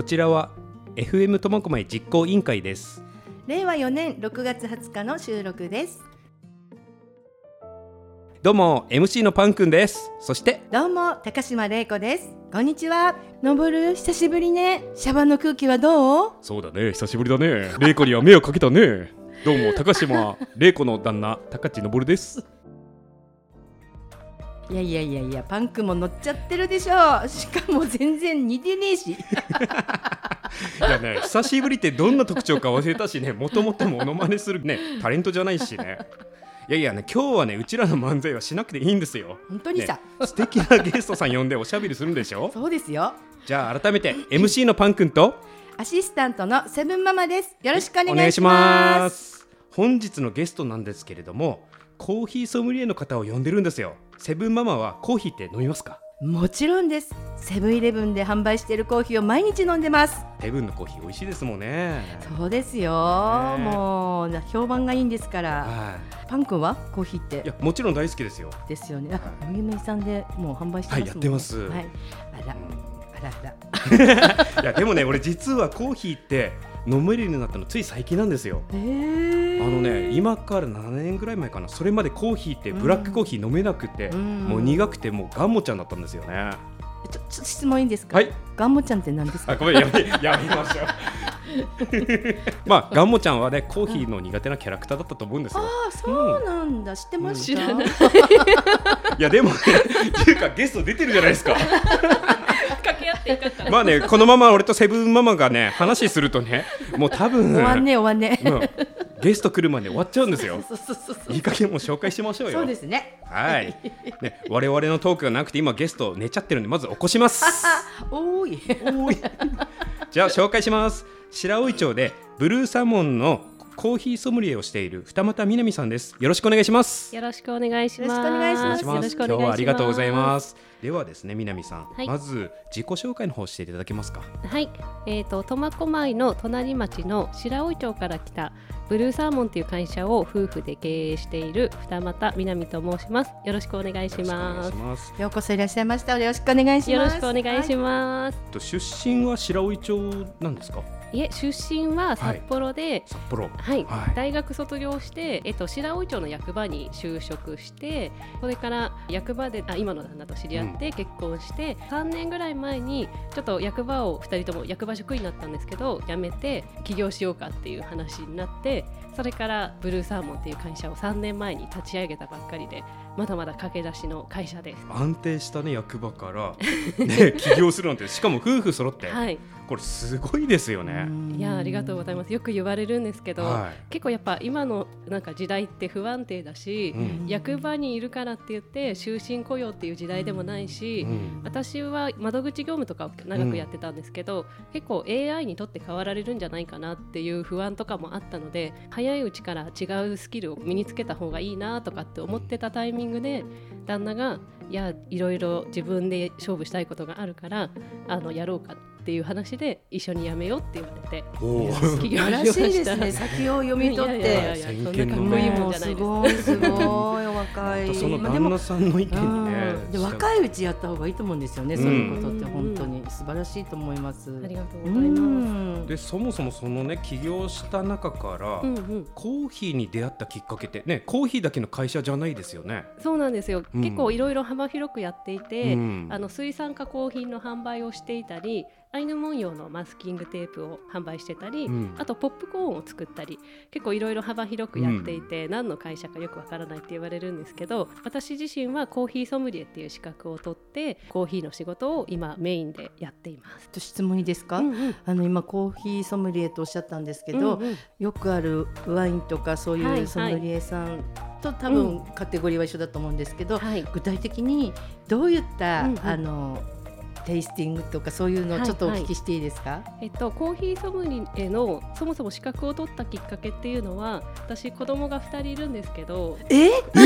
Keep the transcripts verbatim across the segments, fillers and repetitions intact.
こちらは エフエム 苫小牧実行委員会です。 れいわよねんろくがつはつかの収録です。 どうも エムシー のパンくんです。そしてどうも高島玲子です。こんにちは。のぼる久しぶりね。シャバの空気はどう？ そうだね、久しぶりだね。玲子には迷惑かけたね。どうも高島玲子の旦那高知のぼるです。 いやいやいやいや、パンクも乗っちゃってるでしょ。しかも全然似てねえし。いやね、久しぶりってどんな特徴か忘れたしね、もともとモノマネするねタレントじゃないしね。いやいやね、今日はねうちらの漫才はしなくていいんですよ。 本当にさ、 ね、素敵なゲストさん呼んでおしゃべりするんでしょ。 そうですよ。 じゃあ改めて エムシー のパンくんとアシスタントのセブンママです。よろしくお願いします。お願いします。 本日のゲストなんですけれども、コーヒーソムリエの方を呼んでるんですよ。セブンママはコーヒーって飲みますか？ もちろんです。セブンイレブンで販売しているコーヒーを毎日飲んでます。 セブンのコーヒー美味しいですもんね。 そうですよ、ね、もう評判がいいんですから、はい、パン君はコーヒーって？ いや、もちろん大好きですよ。 ですよね。あ、お夢さんでもう販売してますもんね。はい、 やってます、はい、 あら、うん、あらあらいやでもね、俺実はコーヒーって飲めるようになったのつい最近なんですよ。 へー。 あのね、今からななねんぐらい前かな。それまでコーヒーってブラックコーヒー飲めなくて、うん、もう苦くてもうガンモちゃんだったんですよね。 ちょっと質問いいですか？ はい。 ガンモちゃんって何ですか？ あ、ごめん、やめ、やめましょう。まあガンモちゃんはね、コーヒーの苦手なキャラクターだったと思うんですよ。 ああ、そうなんだ、うん、知ってました、うん、いやでもね、っていうかゲスト出てるじゃないですか。 掛け合ってよかった。 まあね、このまま俺とセブンママがね話するとね、もう多分終わんね終わんね、うん、 ゲスト来るまで終わっちゃうんですよ。 そうそうそうそう、 いい加減も紹介しましょうよ。 そうですね。 はい。ね、我々のトークがなくて今ゲスト寝ちゃってるんで、まず起こします。 おーいおーい。じゃあ紹介します。白老町でブルーサーモンのコーヒーソムリエをしている二俣みなみさんです。よろしくお願いします。 よろしくお願いします。 よろしくお願いします。 よろしくお願いします。今日はありがとうございます。ではですね、みなみさん、 はい、 まず自己紹介の方していただけますか？ はい、えーと、苫小牧の隣町の白老町から来たブルーサーモンという会社を夫婦で経営している二俣みなみと申します。よろしくお願いします。 ます。ようこそいらっしゃいました。よろしくお願いします。 よろしくお願いします。 はい、出身は白老町なんですか？ いえ、出身は札幌で、はい、 札幌、 はいはい、大学卒業して、えっと、白老町の役場に就職して、それから役場であ今の旦那と知り合って結婚して、うん、さんねんぐらい前にちょっと役場をふたりとも役場職員になったんですけど、辞めて起業しようかっていう話になって、それからブルーサーモンっていう会社をさんねんまえに立ち上げたばっかりで、まだまだ駆け出しの会社です。 安定したね、役場から、ね、起業するなんて、しかも夫婦揃って、はい、これすごいですよね。 いや、ありがとうございます。よく言われるんですけど、はい、結構やっぱ今のなんか時代って不安定だし、うん、役場にいるからって言って終身雇用っていう時代でもないし、うん、私は窓口業務とかを長くやってたんですけど、うん、結構 エーアイ にとって変わられるんじゃないかなっていう不安とかもあったので、早いうちから違うスキルを身につけた方がいいなとかって思ってたタイミングで、旦那がいやいろいろ自分で勝負したいことがあるからあのやろうかっていう話で一緒に辞めようって言われて素晴らしいですね。先を読み取って、いやいやいや、そんなかっこいいもんじゃないです。すごいすごいお若い。 その旦那さんの意見にね、 で若いうちやった方がいいと思うんですよね、うん、そういうことって本当に素晴らしいと思います。 ありがとうございます。 でそもそもそのね、起業した中から、うんうん、コーヒーに出会ったきっかけってね、コーヒーだけの会社じゃないですよね。 そうなんですよ、うん、結構いろいろ幅広くやっていて、うん、あの水産加工品の販売をしていたり、アイヌ文様のマスキングテープを販売してたり、うん、あとポップコーンを作ったり、結構いろいろ幅広くやっていて、うん、何の会社かよくわからないって言われるんですけど、私自身はコーヒーソムリエっていう資格を取ってコーヒーの仕事を今メインでやっています。 質問いいですか？うんうん、あの今コーヒーソムリエとおっしゃったんですけど、うんうん、よくあるワインとかそういうソムリエさんと多分カテゴリーは一緒だと思うんですけど、はい、具体的にどういった、うんうん、あのテイスティングとかそういうのをちょっとお聞きしていいですか？はいはい、 えっと、コーヒーソムリエのそもそも資格を取ったきっかけっていうのは、私子供がふたりいるんですけど、 えええ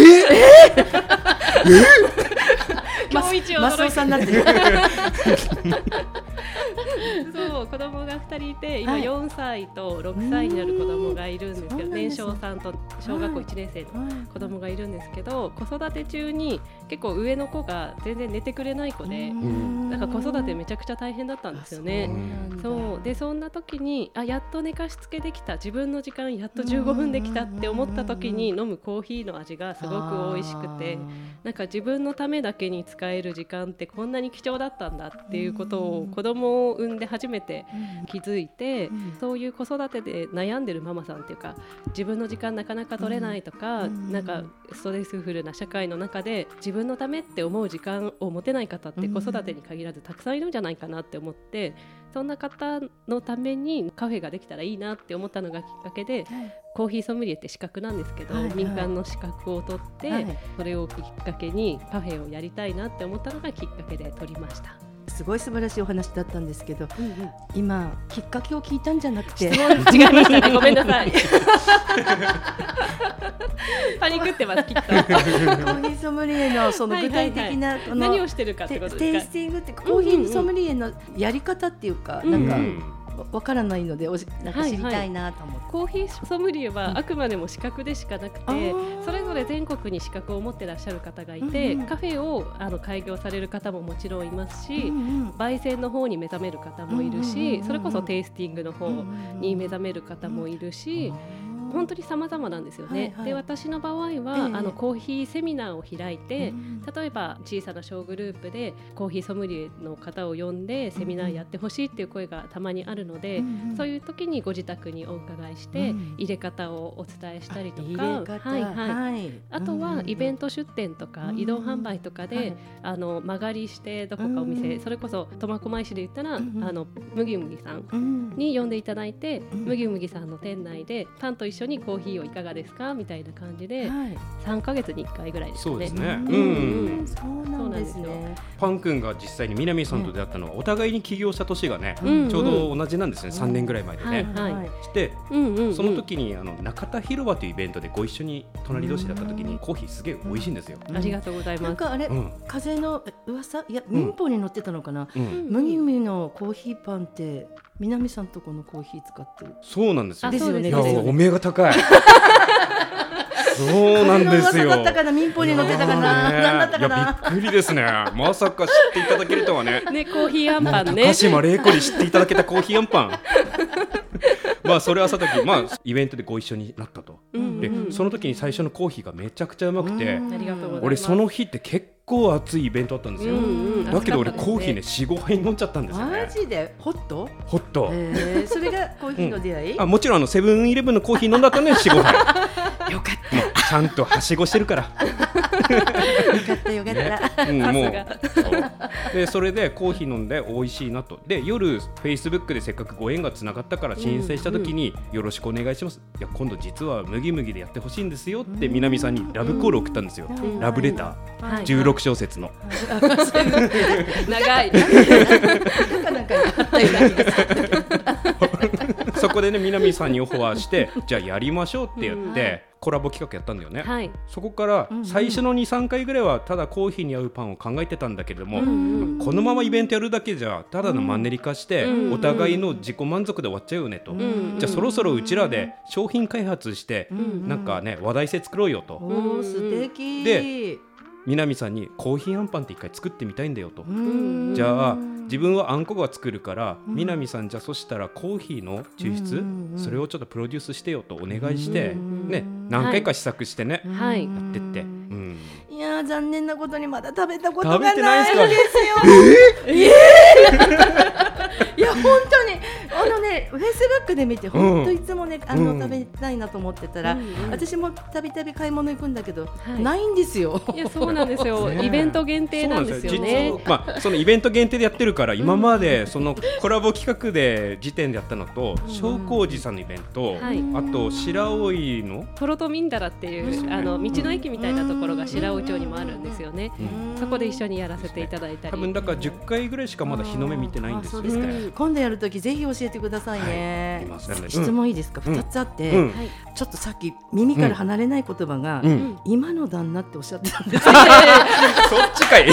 今日一マスオさんになってるそう子供がふたりいて今よんさいとろくさいになる子供がいるんですけど、年少さんと小学校いちねん生の子供がいるんですけど、子育て中に結構上の子が全然寝てくれない子で、なんか子育てめちゃくちゃ大変だったんですよね。そうでそんな時にあやっと寝かしつけできた、自分の時間やっとじゅうごふんできたって思った時に飲むコーヒーの味がすごく美味しくて、なんか自分のためだけに使える時間ってこんなに貴重だったんだっていうことを子供を産んで初めて気づいて、そういう子育てで悩んでるママさんっていうか、自分の時間なかなか取れないとか、なんかストレスフルな社会の中で自分のためって思う時間を持てない方って子育てに限らずたくさんいるんじゃないかなって思って、そんな方のためにカフェができたらいいなって思ったのがきっかけで、コーヒーソムリエって資格なんですけど、はいはい、民間の資格を取って、はい、それをきっかけにカフェをやりたいなって思ったのがきっかけで取りました。 すごい素晴らしいお話だったんですけど、うんうん、今きっかけを聞いたんじゃなくて違いましたね、ごめんなさいパニックってますきっとコーヒーソムリエのその具体的な、はいはいはい、 何をしてるかってことですか。 テイスティングってコーヒーソムリエのやり方っていうか、うんうん、なんかわからないのでなんか知りたいなと思って、はいはい、 コーヒーソムリエはあくまでも資格でしかなくて、うん、それぞれ全国に資格を持ってらっしゃる方がいて、うんうん、カフェをあの開業される方ももちろんいますし、うんうん、焙煎の方に目覚める方もいるし、うんうんうん、それこそテイスティングの方に目覚める方もいるし、うんうん、本当に様々なんですよね、はいはい、で私の場合は、えー、あのコーヒーセミナーを開いて、うん、例えば小さな小グループでコーヒーソムリエの方を呼んでセミナーやってほしいっていう声がたまにあるので、うんうん、そういう時にご自宅にお伺いして、うん、入れ方をお伝えしたりとか、はいはいはい、あとはイベント出店とか、うん、移動販売とかで、はい、あの間借りしてどこかお店、うん、それこそ苫小牧市で言ったら、うん、あのむぎむぎさんに呼んでいただいて、うん、むぎむぎさんの店内でパンと一緒にコーヒーをいかがですかみたいな感じで、はい、さんかげつにいっかいぐらいですね。 そうですね、うんうん、そうなんですね。 パン君が実際に南さんと出会ったのは、お互いに起業した年がね、うん、ちょうど同じなんですね、うん、さんねんぐらい前でね、はいはい、して、うんうんうん、その時にあの中田広場というイベントでご一緒に隣同士だった時にコーヒーすげえ美味しいんですよ、 うん、ありがとうございます。 なんかあれ、うん、風の噂いや民法に載ってたのかな、うん、麦麦のコーヒーパンって南さんとこのコーヒー使ってる。 そうなんですよ。 ですよね。 いやお目が高いそうなんですよ。 だったかな、民法に載ってたかな、 ね、 何だったかな。 いやびっくりですね。まさか知っていただけるとはね。 ね、コーヒーあんパンね。 高島玲子に知っていただけたコーヒーあんパンまあそれはさとき、まあ、イベントでご一緒になったと、うんうんうん、でその時に最初のコーヒーがめちゃくちゃうまくて、 うん、ありがとうございます。 俺その日って結構熱いイベントだったんですよ、うんうん、だけど俺コーヒーね よんごはい飲んじゃったんですよね。 マジでホットホット、 えー、それがコーヒーの出会い、 うん、あもちろんあのセブンイレブンのコーヒー飲んだったのよよんごはいよかったちゃんとはしごしてるからよかったよかった、 ね、うん、もうそうでそれでコーヒー飲んで美味しいなと。で夜フェイスブックでせっかくご縁がつながったから申請した時に、よろしくお願いします、いや今度実は麦麦でやってほしいんですよって南さんにラブコール送ったんですよ、うん、ラブレター、はい、じゅうろくしょうせつの、 はい、長いなんかあったような気がするそこでね南さんにオファーしてじゃあやりましょうって言って、うん、はい、コラボ企画やったんだよね、はい、そこから最初の にさんかいぐらいはただコーヒーに合うパンを考えてたんだけれども、うん、このままイベントやるだけじゃただのマンネリ化して、うん、お互いの自己満足で終わっちゃうよねと、うん、じゃあそろそろうちらで商品開発して、うん、なんかね話題性作ろうよと、 おー素敵で南さんにコーヒーあんパンって一回作ってみたいんだよと、じゃあ自分はあんこが作るから、うん、南さんじゃあそしたらコーヒーの抽出、うんうん、それをちょっとプロデュースしてよとお願いして、うん、ね、何回か試作してね、はい、やってって、うん、 いや残念なことにまだ食べたことがないんですよ。 えー、えー、いや本当にあのねフェイスブックで見て本当いつもね、うん、あの食べたいなと思ってたら、うん、私もたびたび買い物行くんだけど、はい、ないんですよ。 いやそうなんですよイベント限定なんですよね。 実は、まあ、そのイベント限定でやってるから今までそのコラボ企画で時点でやったのと正光寺さんのイベント、はい、あと白老のトロトミンダラっていうあの道の駅みたいなところが白老町にもあるんですよね。そこで一緒にやらせていただいたり、 多分だからじゅっかいぐらいしかまだ日の目見てないんですよ。 そうですか、うん、今度やるときぜひ教えててくださいね、 はい、 質問いいですか、うん、ふたつあって、うん、ちょっとさっき耳から離れない言葉が、うん、今の旦那っておっしゃってたんですよ、そっちかい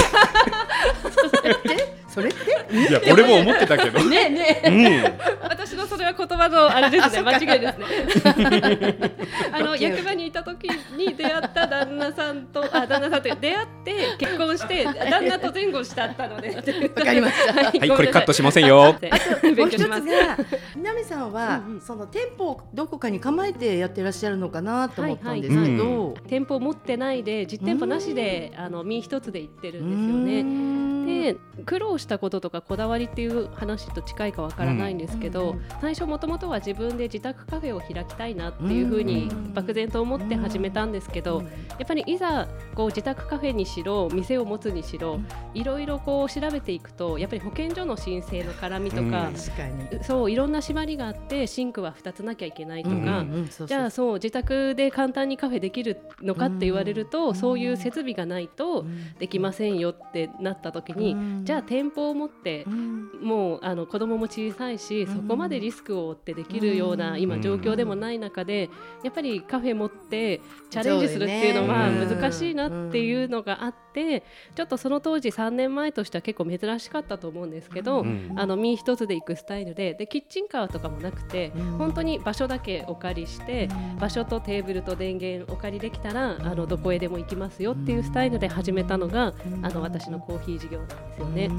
それっていや俺も思ってたけどねえねえ、 うん、私のそれは言葉のあれですね間違いですねあの役場にいた時に出会った旦那さんとあ旦那さんと出会って結婚して旦那と前後したったのでわかりました、 はい、はい、これカットしませんよ。 あともう一つが南さんは、うんうん、その店舗をどこかに構えてやってらっしゃるのかなと思ったんですけど、はいはいうん、 店舗持ってないで実店舗なしであの身一つで行ってるんですよね。で苦労したこととかこだわりっていう話と近いかわからないんですけど、うん、最初もともとは自分で自宅カフェを開きたいなっていうふうに漠然と思って始めたんですけど、やっぱりいざこう自宅カフェにしろ店を持つにしろいろいろこう調べていくとやっぱり保健所の申請の絡みとか、うん、そういろんな縛りがあってシンクはふたつなきゃいけないとか、うんうん、じゃあそう自宅で簡単にカフェできるのかって言われると、うん、そういう設備がないとできませんよってなった時に、うん、じゃあ店舗を持って、うん、もうあの子供も小さいし、うん、そこまでリスクを負ってできるような、うん、今状況でもない中でやっぱりカフェ持ってチャレンジするっていうのは難しいなっていうのがあって、ちょっとその当時さんねんまえとしては結構珍しかったと思うんですけど、うん、あの身一つで行くスタイル で, でキッチンカーとかもなくて、うん、本当に場所だけお借りして、うん、場所とテーブルと電源お借りできたら、うん、あのどこへでも行きますよっていうスタイルで始めたのが、うん、あの私のコーヒー事業なんですよね。うん、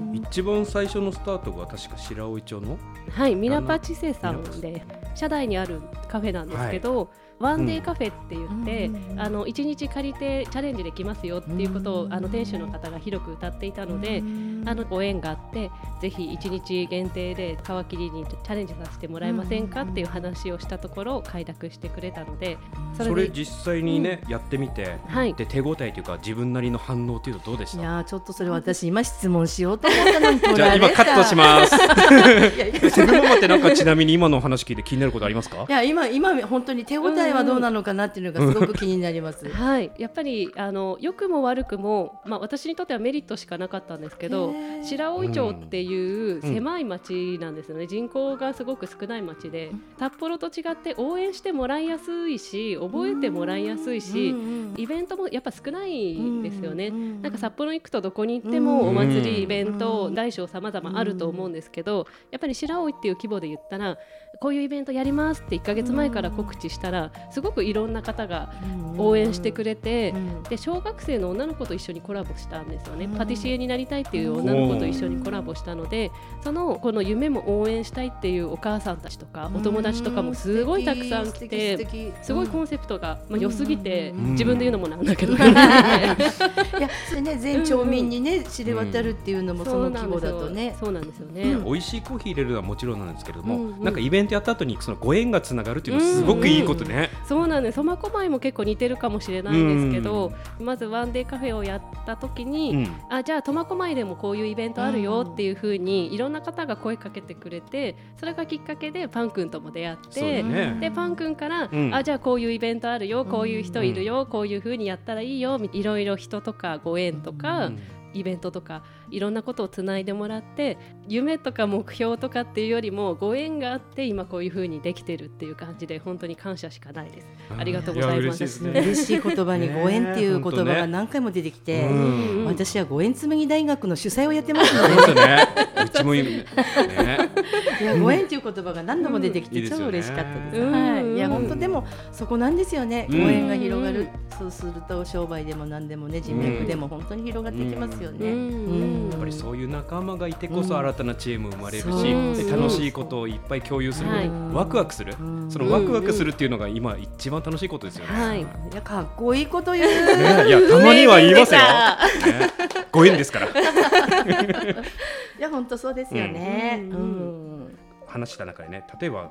一番最初のスタートが確か白老町のはいミラパチセさんで社内にあるカフェなんですけど、はい、ワンデーカフェって言って、うん、あのいちにち借りてチャレンジできますよっていうことを、うん、あの店主の方が広く歌っていたので、うん、あのご縁があってぜひいちにち限定で皮切りにチャレンジさせてもらえませんかっていう話をしたところ快諾してくれたので、 それでそれ実際にね、うん、やってみて、はい、で手応えというか自分なりの反応というとどうでした？ いやちょっとそれ私今質問しようと思ったのに取られた。 じゃあ今カットしますセブンママってなんかちなみに今の話聞いて気になることありますか？ いや今今本当に手応えはどうなのかなっていうのがすごく気になります、 はい、やっぱりあの良くも悪くも、まあ、私にとってはメリットしかなかったんですけど、白老町っていう狭い町なんですよね、うん、人口がすごく少ない町で、うん、札幌と違って応援してもらいやすいし覚えてもらいやすいし、うんうん、イベントもやっぱ少ないですよね、うん、なんか札幌行くとどこに行ってもお祭り、うん、イベント大小様々あると思うんですけど、やっぱり白老っていう規模で言ったらこういうイベントやりますっていっかげつまえから告知したらすごくいろんな方が応援してくれて、で小学生の女の子と一緒にコラボしたんですよね。パティシエになりたいっていう女の子と一緒にコラボしたので、そのこの夢も応援したいっていうお母さんたちとかお友達とかもすごいたくさん来て、すごいコンセプトが、まあ、良すぎて自分で言うのもなんだけどいやそれ、ね、全町民に、ね、知れ渡るっていうのもその規模だとね、 そうなんですよね。 美味しいコーヒー入れるのはもちろんなんですけれども、うんうん、なんかイベントやった後にそのご縁がつながるっていうのはすごくいいことね、うんうん、 そうなんです。苫小牧も結構似てるかもしれないんですけど、うん、まずワンデーカフェをやった時に、うん、あじゃあ苫小牧でもこういうイベントあるよっていう風にいろんな方が声かけてくれて、それがきっかけでパン君とも出会って、ね、でパン君から、うん、あじゃあこういうイベントあるよ、こういう人いるよ、うん、こういう風にやったらいいよ、いろいろ人とかご縁とか、うんイベントとかいろんなことをつないでもらって、夢とか目標とかっていうよりもご縁があって今こういう風にできてるっていう感じで本当に感謝しかないです。ありがとうございます。 嬉しいですね。嬉しい言葉にご縁っていう言葉が何回も出てきて、ねうん、私はご縁紬大学の主催をやってますので、 ね、うちもいる、ね、 いやご縁っていう言葉が何度も出てきて、うん、超嬉しかったです、うんはい、いや本当でもそこなんですよね、うん、ご縁が広がる、うん、そうすると商売でも何でもね人脈でも本当に広がってきますよね、うんうん、やっぱりそういう仲間がいてこそ新たなチーム生まれるし、うん、で楽しいことをいっぱい共有する、はい、ワクワクする、うん、そのワクワクするっていうのが今一番楽しいことですよね、 はい、いやかっこいいこと言う、 ね、いやたまには言いますよ、ね、ご縁ですからいや本当そうですよね、 うんうん、話した中でね、例えば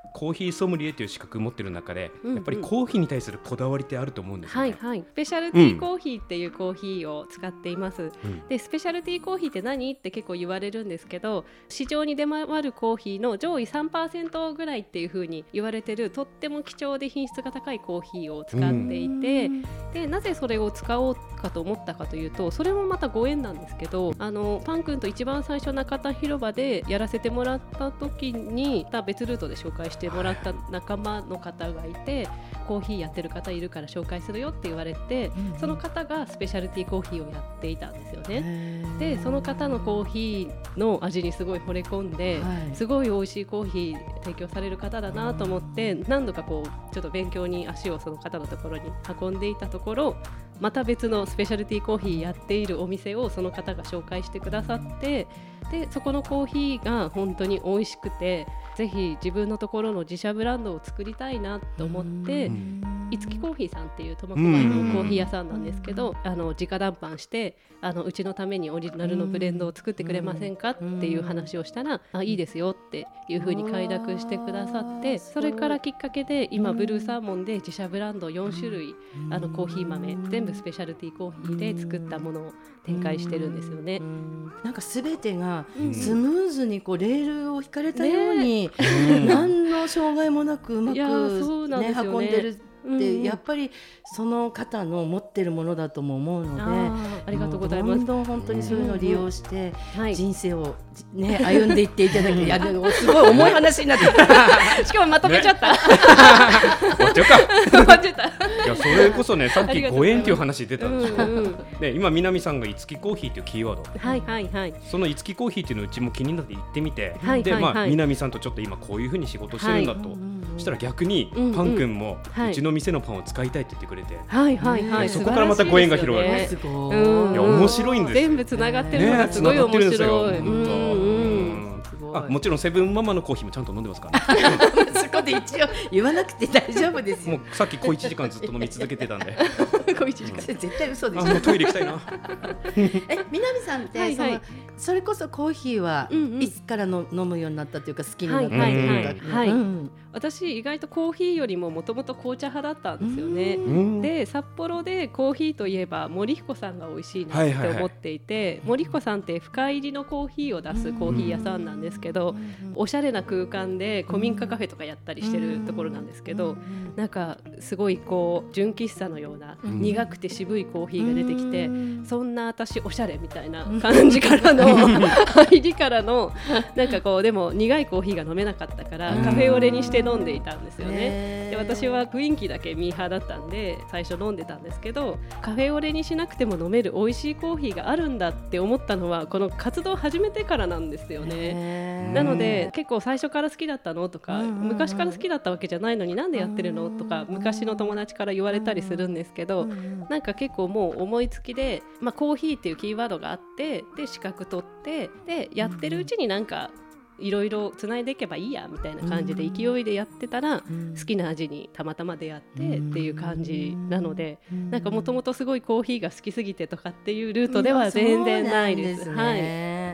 コーヒーソムリエという資格を持っている中で、うんうん、やっぱりコーヒーに対するこだわりってあると思うんですよね。 はいはい、スペシャルティーコーヒーっていうコーヒーを使っています、うん、でスペシャルティーコーヒーって何って結構言われるんですけど、市場に出回るコーヒーの上位 さんパーセント ぐらいっていう風に言われてるとっても貴重で品質が高いコーヒーを使っていて、うん、でなぜそれを使おうかと思ったかというと、それもまたご縁なんですけど、あのパン君と一番最初中田広場でやらせてもらった時に別ルートで紹介してもらった仲間の方がいて、コーヒーやってる方いるから紹介するよって言われて、うんうん、その方がスペシャルティーコーヒーをやっていたんですよね。でその方のコーヒーの味にすごい惚れ込んで、はい、すごい美味しいコーヒー提供される方だなと思って、何度かこうちょっと勉強に足をその方のところに運んでいたところ、また別のスペシャルティーコーヒーやっているお店をその方が紹介してくださって、でそこのコーヒーが本当に美味しくて、ぜひ自分のところの自社ブランドを作りたいなと思って、いつきコーヒーさんっていう苫小牧のコーヒー屋さんなんですけど、あの直談判してあのうちのためにオリジナルのブレンドを作ってくれませんかっていう話をしたら、あいいですよっていうふうに快諾してくださって、それからきっかけで今ブルーサーモンで自社ブランドよん種類あのコーヒー豆全部スペシャルティーコーヒーで作ったものを展開してるんですよね。 なんか全てがスムーズにこうレールを引かれたように、ね、何の障害もなくうまく、ね、運んでるで、やっぱりその方の持ってるものだとも思うので、 あ, ありがとうございます。 どんどん本当にそういうのを利用して人生を、ね、歩んでいっていただき、いやすごい重い話になってしかもまとめちゃった、ね、 終わっちゃうか終わっちゃったいやそれこそね、さっきご縁っていう話出たんですよ、うんうん、で今南さんがいつきコーヒーっていうキーワード、 はいはいはい、 そのいつきコーヒーっていうのをうちも気になって行ってみて、はいで、まあ、南さんとちょっと今こういう風に仕事してるんだと、はい、そしたら逆にパン君もうちの店のパンを使いたいって言ってくれて、 はいはいはい、 そこからまたご縁が広がる、ね、 すごい、 いや面白いんですよ、 全部つながってるのがすごい面白い、 あもちろんセブンママのコーヒーもちゃんと飲んでますからねそこで一応言わなくて大丈夫ですよ。 もうさっき小いちじかんずっと飲み続けてたんで小いちじかん、うん、絶対嘘でしょ。 もうトイレ行きたいなえ南さんって、はいはい、そのそれこそコーヒーはいつからの、うんうん、飲むようになったというか好きになったというか、はいはいはい、うん、 私意外とコーヒーよりももともと紅茶派だったんですよね、うん、で札幌でコーヒーといえば森彦さんが美味しいなって思っていて、はいはいはい、森彦さんって深入りのコーヒーを出すコーヒー屋さんなんですけど、おしゃれな空間で古民家カフェとかやったりしてるところなんですけど、なんかすごいこう純喫茶のような苦くて渋いコーヒーが出てきて、そんな私おしゃれみたいな感じからの入りからのなんかこう、でも苦いコーヒーが飲めなかったからカフェオレにして飲んでいたんですよね。で私は雰囲気だけミーハーだったんで最初飲んでたんですけど、カフェオレにしなくても飲める美味しいコーヒーがあるんだって思ったのはこの活動を始めてからなんですよね。なので結構最初から好きだったのとか、昔から好きだったわけじゃないのになんでやってるのとか昔の友達から言われたりするんですけど、なんか結構もう思いつきで、まあ、コーヒーっていうキーワードがあって、で資格取ってでやってるうちになんかいろいろつないでいけばいいやみたいな感じで勢いでやってたら、好きな味にたまたま出会ってっていう感じなので、なんかもともとすごいコーヒーが好きすぎてとかっていうルートでは全然ないです。はい、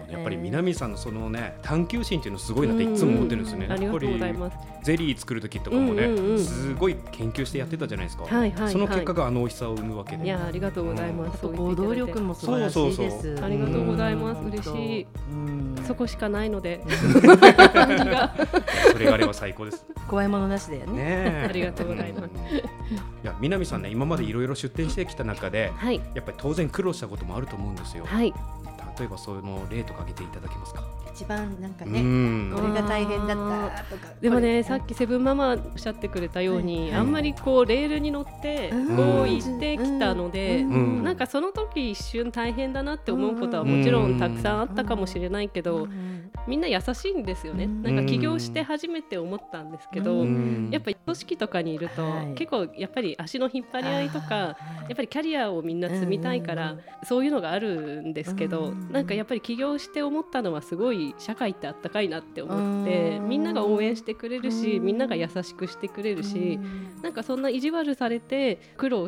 やっぱり南さんのそのね探求心っていうのすごいなっていつも思ってるんですよね。 ありがとうございます。 ゼリー作る時とかもね、うんうんうん、すごい研究してやってたじゃないですか、はいはいはい、その結果があの美味しさを生むわけで、 いやありがとうございます、 うん、行動力も素晴らしいです。そうそうそう、 ありがとうございます、嬉しい、うん、そこしかないのでそれがあれば最高です。 怖いものなしだよ ね, ねありがとうございます。 いや南さんね、今までいろいろ出店してきた中で、はい、やっぱり当然苦労したこともあると思うんですよ、はい、例えばその例とか挙げていただけますか。 一番なんかね、うんこれが大変だったとか。 でもね、さっきセブンママおっしゃってくれたように、はいはい、あんまりこうレールに乗ってこう行ってきたので、うん、なんかその時一瞬大変だなって思うことはもちろんたくさんあったかもしれないけど、うん、みんな優しいんですよね。なんか起業して初めて思ったんですけど、うん、やっぱり組織とかにいると、はい、結構やっぱり足の引っ張り合いとか、やっぱりキャリアをみんな積みたいから、うん、そういうのがあるんですけど、うん、なんかやっぱり起業して思ったのはすごい社会ってあったかいなって思って、みんなが応援してくれるし、みんなが優しくしてくれるし、なんかそんな意地悪されて苦労したって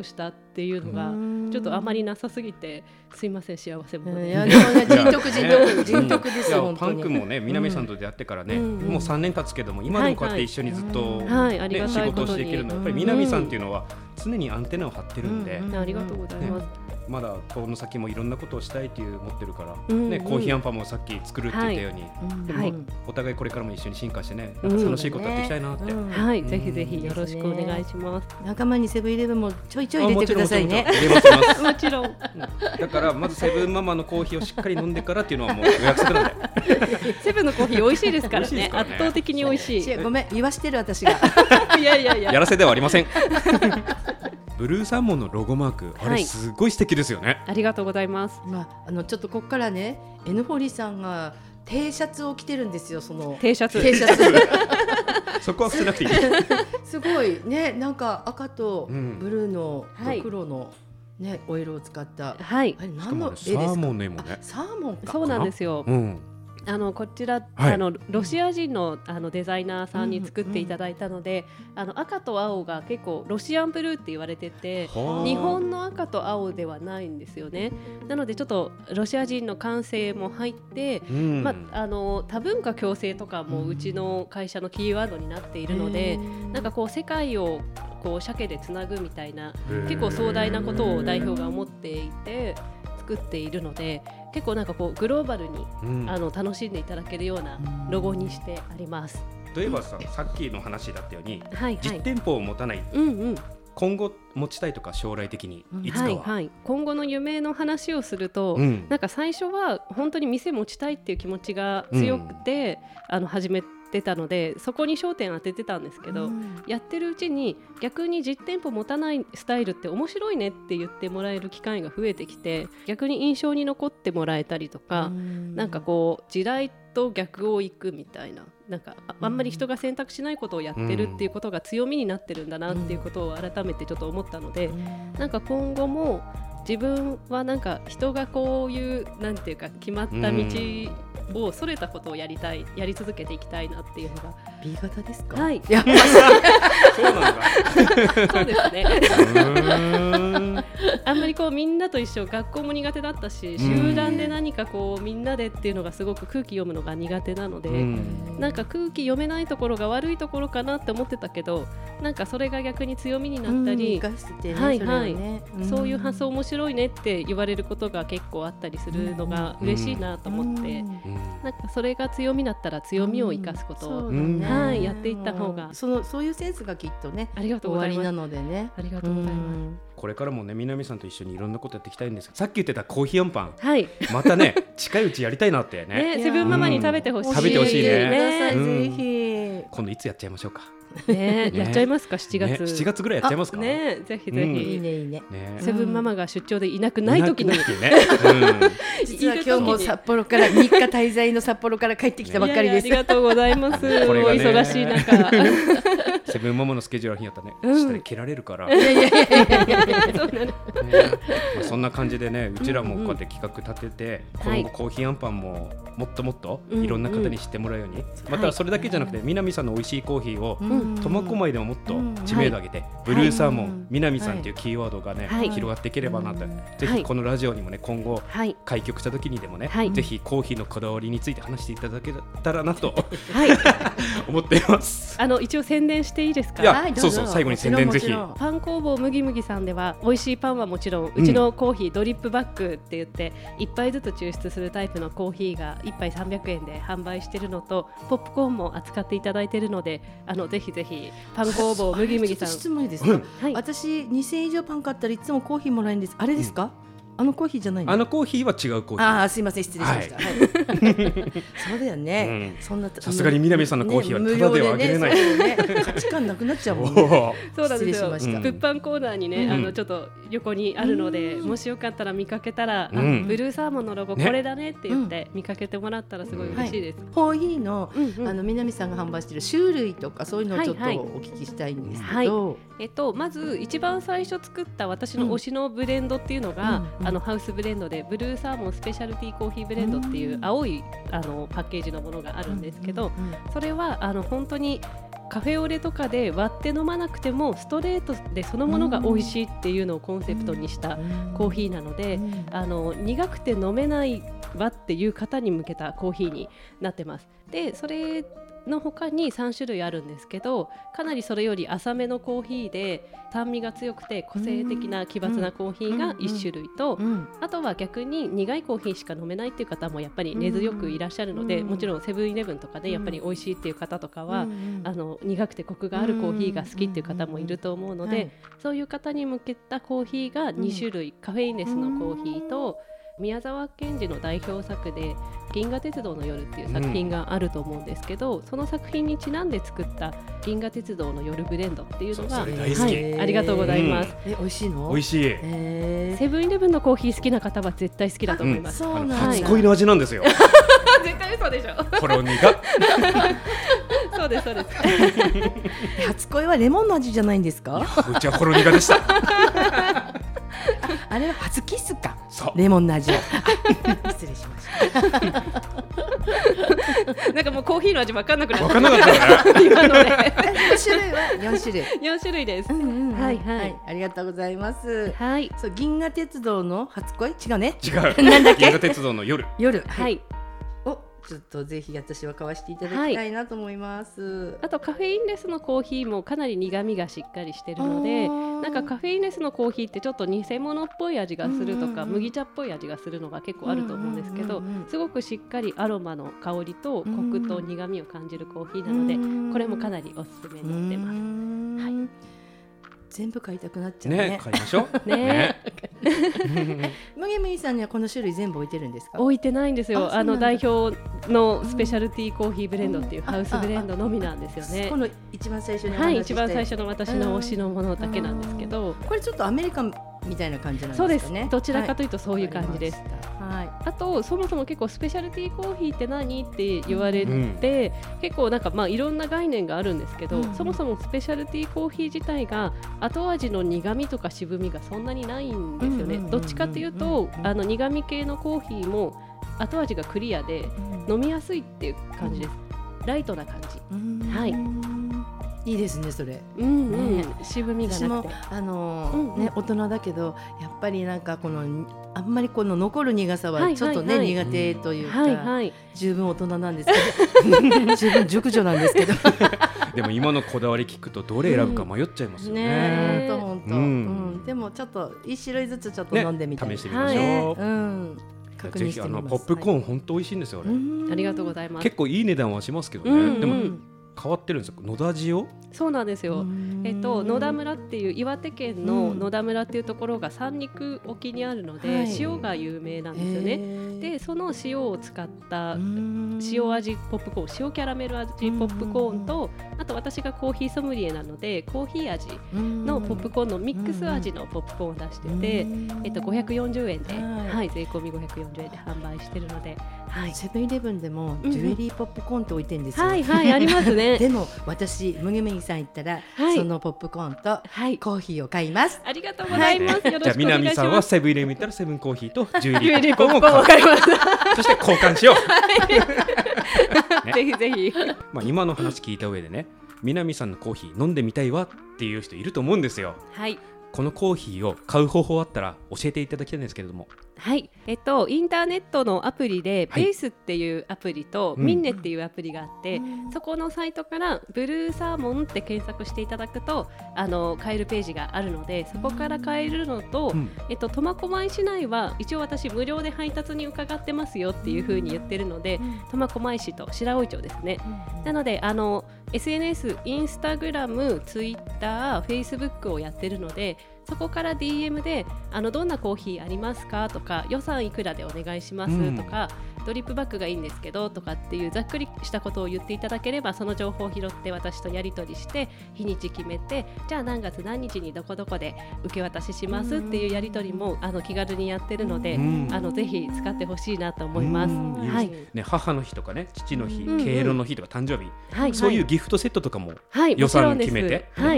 っていうのがちょっとあまりなさすぎてすいません幸せ者で。 いやでもね人徳人徳人徳ですよ。 パンクもね南さんと出会ってからね、うん、もうさんねん経つけども今でもこうやって一緒にずっと、ねはいはい、仕事をしていけるのはやっぱり南さんっていうのは常にアンテナを張ってるんで、 うんうん、ありがとうございます、ね、 まだこの先もいろんなことをしたいっていう思ってるから、うんね、コーヒーアンパンもさっき作るって言ったように、はい、でもお互いこれからも一緒に進化してね、なんか楽しいことやっていきたいなって、うんうん、 はい、ぜひぜひよろしくお願いします。 仲間にセブンイレブンもちょいちょい入れてくださいね。 もちろんだからまずセブンママのコーヒーをしっかり飲んでからっていうのはもうお約束なんでセブンのコーヒー美味しいですから ね, ね圧倒的に美味しい。 ごめん言わしてる私がいやいやいややらせではありませんブルーサーモンのロゴマーク、あれすごい素敵ですよね、はい、 ありがとうございます、 まあ、あのちょっとここからね N ホリさんが T シャツを着てるんですよ。その T シャツ T シャツそこは捨てなくていいすごいね、なんか赤とブルーの、うん、黒の、ね、オイルを使った、 はい、 あれ何の絵ですか。 サーモンの絵もね。 サーモンか。 そうなんですよ、うん、あのこちら、はい、あのロシア人 の, あのデザイナーさんに作っていただいたので、うんうん、あの赤と青が結構ロシアンブルーって言われてて、日本の赤と青ではないんですよね。なのでちょっとロシア人の感性も入って、うん、ま、あの多文化共生とかもうちの会社のキーワードになっているので、うん、なんかこう世界をこう鮭でつなぐみたいな結構壮大なことを代表が思っていて作っているので、結構なんかこうグローバルに、うん、あの楽しんでいただけるようなロゴにしてあります。 例えば さ, さっきの話だったように、はいはい、実店舗を持たない、 うんうん、 今後持ちたいとか将来的にいつかは、はいはい、 今後の夢の話をすると、うん、なんか最初は本当に店持ちたいっていう気持ちが強くて、うん、あの始めてたのでそこに焦点当ててたんですけど、うん、やってるうちに逆に実店舗持たないスタイルって面白いねって言ってもらえる機会が増えてきて、逆に印象に残ってもらえたりとか、うん、なんかこう時代と逆を行くみたいな、なんか あ, あんまり人が選択しないことをやってるっていうことが強みになってるんだなっていうことを改めてちょっと思ったので、うん、なんか今後も自分はなんか人がこういうなんていうか決まった道をそれたことをやりたい、やり続けていきたいなっていうのが。 B 型ですか。 はい、 やっぱそうなんだそうですねあんまりこうみんなと一緒、学校も苦手だったし、集団で何かこうみんなでっていうのがすごく空気読むのが苦手なので、なんか空気読めないところが悪いところかなって思ってたけど、なんかそれが逆に強みになったり、はいはい、そういう発想面白いねって言われることが結構あったりするのが嬉しいなと思って、なんかそれが強みだったら強みを生かすことを、はい、やっていった方が、 そのそういうセンスがきっとね、 ありがとうございます。 終わりなのでね、 ありがとうございます。 これからもね南さんと一緒にいろんなことやっていきたいんですが、さっき言ってたコーヒーアンパン、 はい、 またね近いうちやりたいなってねね、セブンママに食べてほしい、 食べてほしいね、 ね、ぜひ今度いつやっちゃいましょうかね、やっちゃいますか。しちがつ、 ね、しちがつぐらいやっちゃいますかね、ぜひぜひ、うん、 いいねいいね、 セブンママが出張でいなくない時に、ねうん、実は今日も札幌からみっか滞在の札幌から帰ってきたばっかりです。 いやいやありがとうございますお忙しい中セブンママのスケジュールにやったね、うん、下で蹴られるからいやいやいやいやいやそうなの、ね、まあ、そんな感じでね、うちらもこうやって企画立てて、うんうん、今後コーヒーアンパンももっともっといろんな方に知ってもらうように、うんうん、またそれだけじゃなくて、はい、南さんの美味しいコーヒーを苫小牧でももっと知名度上げて、うん、ブルーサーモン、はい、南さんというキーワードがね、はい、広がっていければなと、はい、ぜひこのラジオにもね今後、はい、開局した時にでもね、はい、ぜひコーヒーのこだわりについて話していただけたらなと、はい、思っています。 あの一応宣伝していいですか。 いや、はい、そうそう、最後に宣伝ぜひ。 パン工房むぎむぎさんでは美味しいパンはもちろん、うちのコーヒードリップバッグって言っていっぱいずつ抽出するタイプのコーヒーがいっぱいさんびゃくえんで販売しているのと、ポップコーンも扱っていただいているので、あのぜひぜひパン工房むぎむぎさん質問いいですか、うんはい、私にせんえん以上パン買ったらいつもコーヒーもらえるんです。あれですか、うん、あのコーヒーじゃないの。 あのコーヒーは違うコーヒー。 ああ、すいません、失礼しました、はいはい、そうだよね、うん、そんなさすがに南さんのコーヒーはただではあげれない、 ねね、価値観なくなっちゃうもんねそうなんですよ、 失礼しました。 物販コーナーにね、うん、あのちょっと横にあるので、うん、もしよかったら見かけたら、うん、ブルーサーモンのロゴこれだねって言って見かけてもらったらすごい嬉しいです、うんはい、 コーヒーの、うんうん、あの南さんが販売している種類とかそういうのをちょっとお聞きしたいんですけど、はいはい、 えっと、まず一番最初作った私の推しのブレンドっていうのが、うん、あのハウスブレンドでブルーサーモンスペシャルティーコーヒーブレンドっていう青いあのパッケージのものがあるんですけど、それはあの本当にカフェオレとかで割って飲まなくてもストレートでそのものが美味しいっていうのをコンセプトにしたコーヒーなので、あの苦くて飲めないわっていう方に向けたコーヒーになってます。でそれの他にさん種類あるんですけど、かなりそれより浅めのコーヒーで酸味が強くて個性的な奇抜なコーヒーがいち種類と、あとは逆に苦いコーヒーしか飲めないっていう方もやっぱり根強くいらっしゃるので、もちろんセブンイレブンとかでやっぱり美味しいっていう方とかは、あの苦くてコクがあるコーヒーが好きっていう方もいると思うので、そういう方に向けたコーヒーがに種類、カフェインレスのコーヒーと宮沢賢治の代表作で銀河鉄道の夜っていう作品があると思うんですけど、うん、その作品にちなんで作った銀河鉄道の夜ブレンドっていうのが、はい、ありがとうございます、 うん、え美味しいの？ 美味しい。 セブンイレブンのコーヒー好きな方は絶対好きだと思います。 そうなんだ。 初恋の味なんですよ絶対嘘でしょ。 ほろ苦そうですそうです初恋はレモンの味じゃないんですか？ うちはほろ苦でしたあれは初キスか。レモンの味を失礼しましたなんかもうコーヒーの味分かんなくなっ分かんなかったね今ので種類はよん種類よん種類です、 うんうんうん、 はいはい、 はい、ありがとうございます、 はい、 そう銀河鉄道の初恋違うね違うなんだっけ銀河鉄道の夜夜はい、はい、 おちょっとぜひ私は買わせていただきたいなと思います、はい、 あとカフェインレスのコーヒーもかなり苦味がしっかりしてるので、なんかカフェインレスのコーヒーってちょっと偽物っぽい味がするとか、うんうんうん、麦茶っぽい味がするのが結構あると思うんですけど、うんうんうんうん、すごくしっかりアロマの香りとコクと苦味を感じるコーヒーなので、うんうん、これもかなりおすすめになってます、うん、はい、 全部買いたくなっちゃうね。 ね、買いましょう。 ね。 むぎむぎさんにはこの種類全部置いてるんですか？ 置いてないんですよ。あ, あの代表のスペシャルティーコーヒーブレンドっていうハウスブレンドのみなんですよね。 この一番最初におはい、 話しして、 一番最初の私の推しのものだけなんですけど、 これちょっとアメリカンみたいな感じなんですかね。 そうです。どちらかというとそういう感じです。はい。あとそもそも結構スペシャルティーコーヒーって何って言われて、うん、結構なんかまあいろんな概念があるんですけど、うん、そもそもスペシャルティーコーヒー自体が後味の苦味とか渋みがそんなにないんですよね。どっちかっていうとあの苦味系のコーヒーも後味がクリアで飲みやすいっていう感じです。ライトな感じ。はい。 いいですねそれ、 うんうんね、渋みがなくて私も、あのーうんうんね、大人だけどやっぱりなんかこのあんまりこの残る苦さはちょっとね、はいはいはい、苦手というか、はいはい、十分大人なんですけど十分熟女なんですけどでも今のこだわり聞くとどれ選ぶか迷っちゃいますよね、 うん、ねほんとほんと、うんうん、でもちょっと一種類ずつちょっと飲んでみたい、 ね、試してみましょう、はい、 うん確認してみます。ぜひあのポップコーン本当美味しいんですよ、 はい、ありがとうございます。 結構いい値段はしますけどね、うんうん、でも変わってるんですよ。野田塩？ そうなんですよ。えっと野田村っていう岩手県の野田村っていうところが三陸沖にあるので、はい、塩が有名なんですよね。でその塩を使った塩味ポップコーン、塩キャラメル味ポップコーンと、あと私がコーヒーソムリエなのでコーヒー味のポップコーンのミックス味のポップコーンを出してて、えっとごひゃくよんじゅうえんで、はい、税込みごひゃくよんじゅうえんで販売してるので、はい、 セブンイレブンでもジュエリーポップコーンって置いてるんですよ、 はいはいありますねでも私むぎむぎさん行ったら、はい、そのポップコーンとコーヒーを買います、 はい、ありがとうございます、はい、よろしくお願いします。じゃあ南さんはセブンイレブン行ったらセブンコーヒーとジュエリーポップコーンを買いますそして交換しよう、 はいね、ぜひぜひ、 まあ、今の話聞いた上でね、南さんのコーヒー飲んでみたいわっていう人いると思うんですよ。 はい、 このコーヒーを買う方法あったら教えていただきたいんですけれども。 はい、えっと、インターネットのアプリで、はい、ベースっていうアプリと、うん、ミンネっていうアプリがあって、うん、そこのサイトからブルーサーモンって検索していただくとあの買えるページがあるので、そこから買えるのと、うん、えっと、苫小牧市内は一応私無料で配達に伺ってますよっていう風に言ってるので、苫小牧市と白老町ですね、うん、なのであの エスエヌエス、インスタグラム、ツイッター、フェイスブックをやってるので、そこから ディーエム であのどんなコーヒーありますかとか、予算いくらでお願いしますとか、うん、ドリップバッグがいいんですけどとかっていうざっくりしたことを言っていただければ、その情報を拾って私とやり取りして日にち決めて、じゃあ何月何日にどこどこで受け渡ししますっていうやり取りもあの気軽にやってるので、うん、あのぜひ使ってほしいなと思います、うんはい、 ね、母の日とかね、父の日、うんうん、敬老の日とか誕生日、 はい、 そういうギフトセットとかも予算決めてやってくれる、はいはい、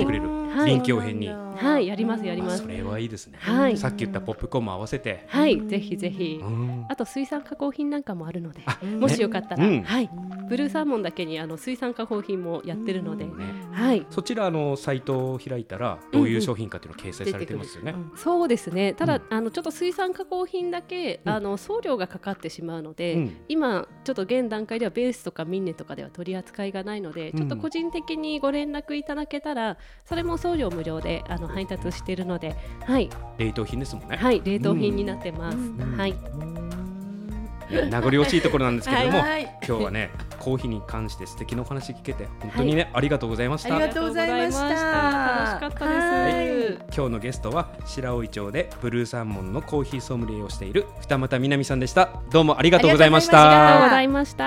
臨機応変に、 はい、やりますやります。 それはいいですね、 はい、 さっき言ったポップコーンも合わせて、 はい、ぜひぜひ、うん、あと水産加工品なんかもあるので、もしよかったら、ね、はい、ブルーサーモンだけにあの水産加工品もやってるので、ね、はい、 そちらのサイトを開いたらどういう商品かというのを掲載されてますよね、 うんうん、そうですね。ただ、うん、あのちょっと水産加工品だけ、うん、あの送料がかかってしまうので、うん、今ちょっと現段階ではベースとかミンネとかでは取り扱いがないので、ちょっと個人的にご連絡いただけたら、それも送料無料であの配達しているので、はい、 冷凍品ですもんね。 はい、冷凍品になってます、うん、はい、 名残惜しいところなんですけれども、はいはい、今日はねコーヒーに関して素敵なお話聞けて本当にね、はい、ありがとうございました。 ありがとうございました。楽しかったです、はい、 今日のゲストは白老町でブルーサーモンのコーヒーソムリエをしている二俣みなみさんでした。どうもありがとうございました。 ありがとうございました。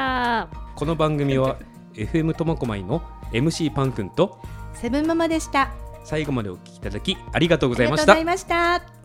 この番組はエフエム 苫小牧の エムシー パンくんとセブンママでした。 最後までお聞きいただきありがとうございました。 ありがとうございました。